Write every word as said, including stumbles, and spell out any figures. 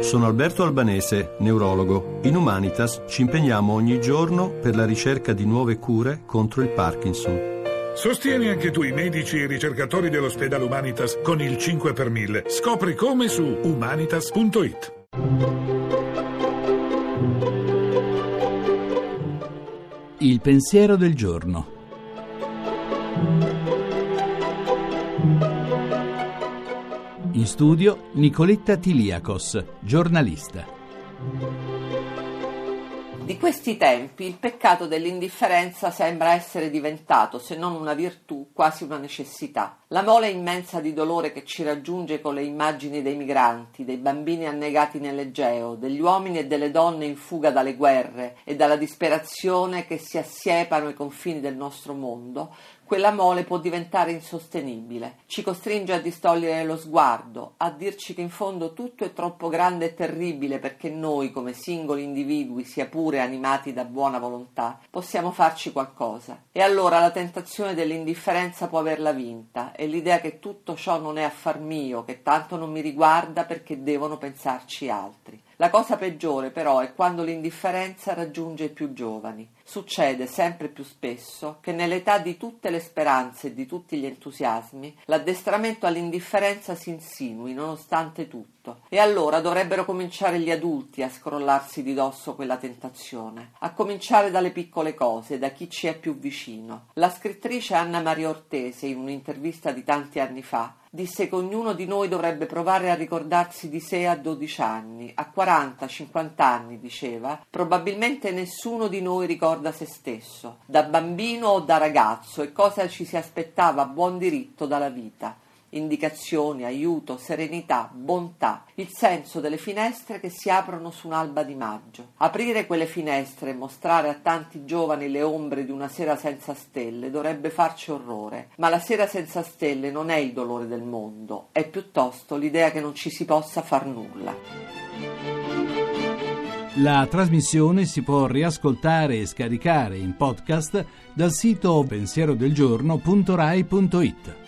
Sono Alberto Albanese, neurologo. In Humanitas ci impegniamo ogni giorno per la ricerca di nuove cure contro il Parkinson. Sostieni anche tu i medici e i ricercatori dell'ospedale Humanitas con il cinque per mille. Scopri come su humanitas punto it. Il pensiero del giorno. In studio Nicoletta Tiliakos, giornalista. Di questi tempi il peccato dell'indifferenza sembra essere diventato, se non una virtù, quasi una necessità. La mole immensa di dolore che ci raggiunge con le immagini dei migranti, dei bambini annegati nell'Egeo, degli uomini e delle donne in fuga dalle guerre e dalla disperazione che si assiepano ai confini del nostro mondo, quella mole può diventare insostenibile. Ci costringe a distogliere lo sguardo, a dirci che in fondo tutto è troppo grande e terribile perché noi, come singoli individui, sia pure animati da buona volontà, possiamo farci qualcosa. E allora la tentazione dell'indifferenza può averla vinta, e l'idea che tutto ciò non è affar mio, che tanto non mi riguarda perché devono pensarci altri. La cosa peggiore però è quando l'indifferenza raggiunge i più giovani. Succede sempre più spesso che nell'età di tutte le speranze e di tutti gli entusiasmi l'addestramento all'indifferenza si insinui nonostante tutto, e allora dovrebbero cominciare gli adulti a scrollarsi di dosso quella tentazione, a cominciare dalle piccole cose, da chi ci è più vicino. La scrittrice Anna Maria Ortese, in un'intervista di tanti anni fa, disse che ognuno di noi dovrebbe provare a ricordarsi di sé a dodici anni, a quaranta, cinquanta anni, diceva, probabilmente nessuno di noi ricorda se stesso, da bambino o da ragazzo, e cosa ci si aspettava a buon diritto dalla vita. Indicazioni, aiuto, serenità, bontà, il senso delle finestre che si aprono su un'alba di maggio. Aprire quelle finestre e mostrare a tanti giovani le ombre di una sera senza stelle dovrebbe farci orrore, ma la sera senza stelle non è il dolore del mondo, è piuttosto l'idea che non ci si possa far nulla. La trasmissione si può riascoltare e scaricare in podcast dal sito pensierodelgiorno punto rai punto it.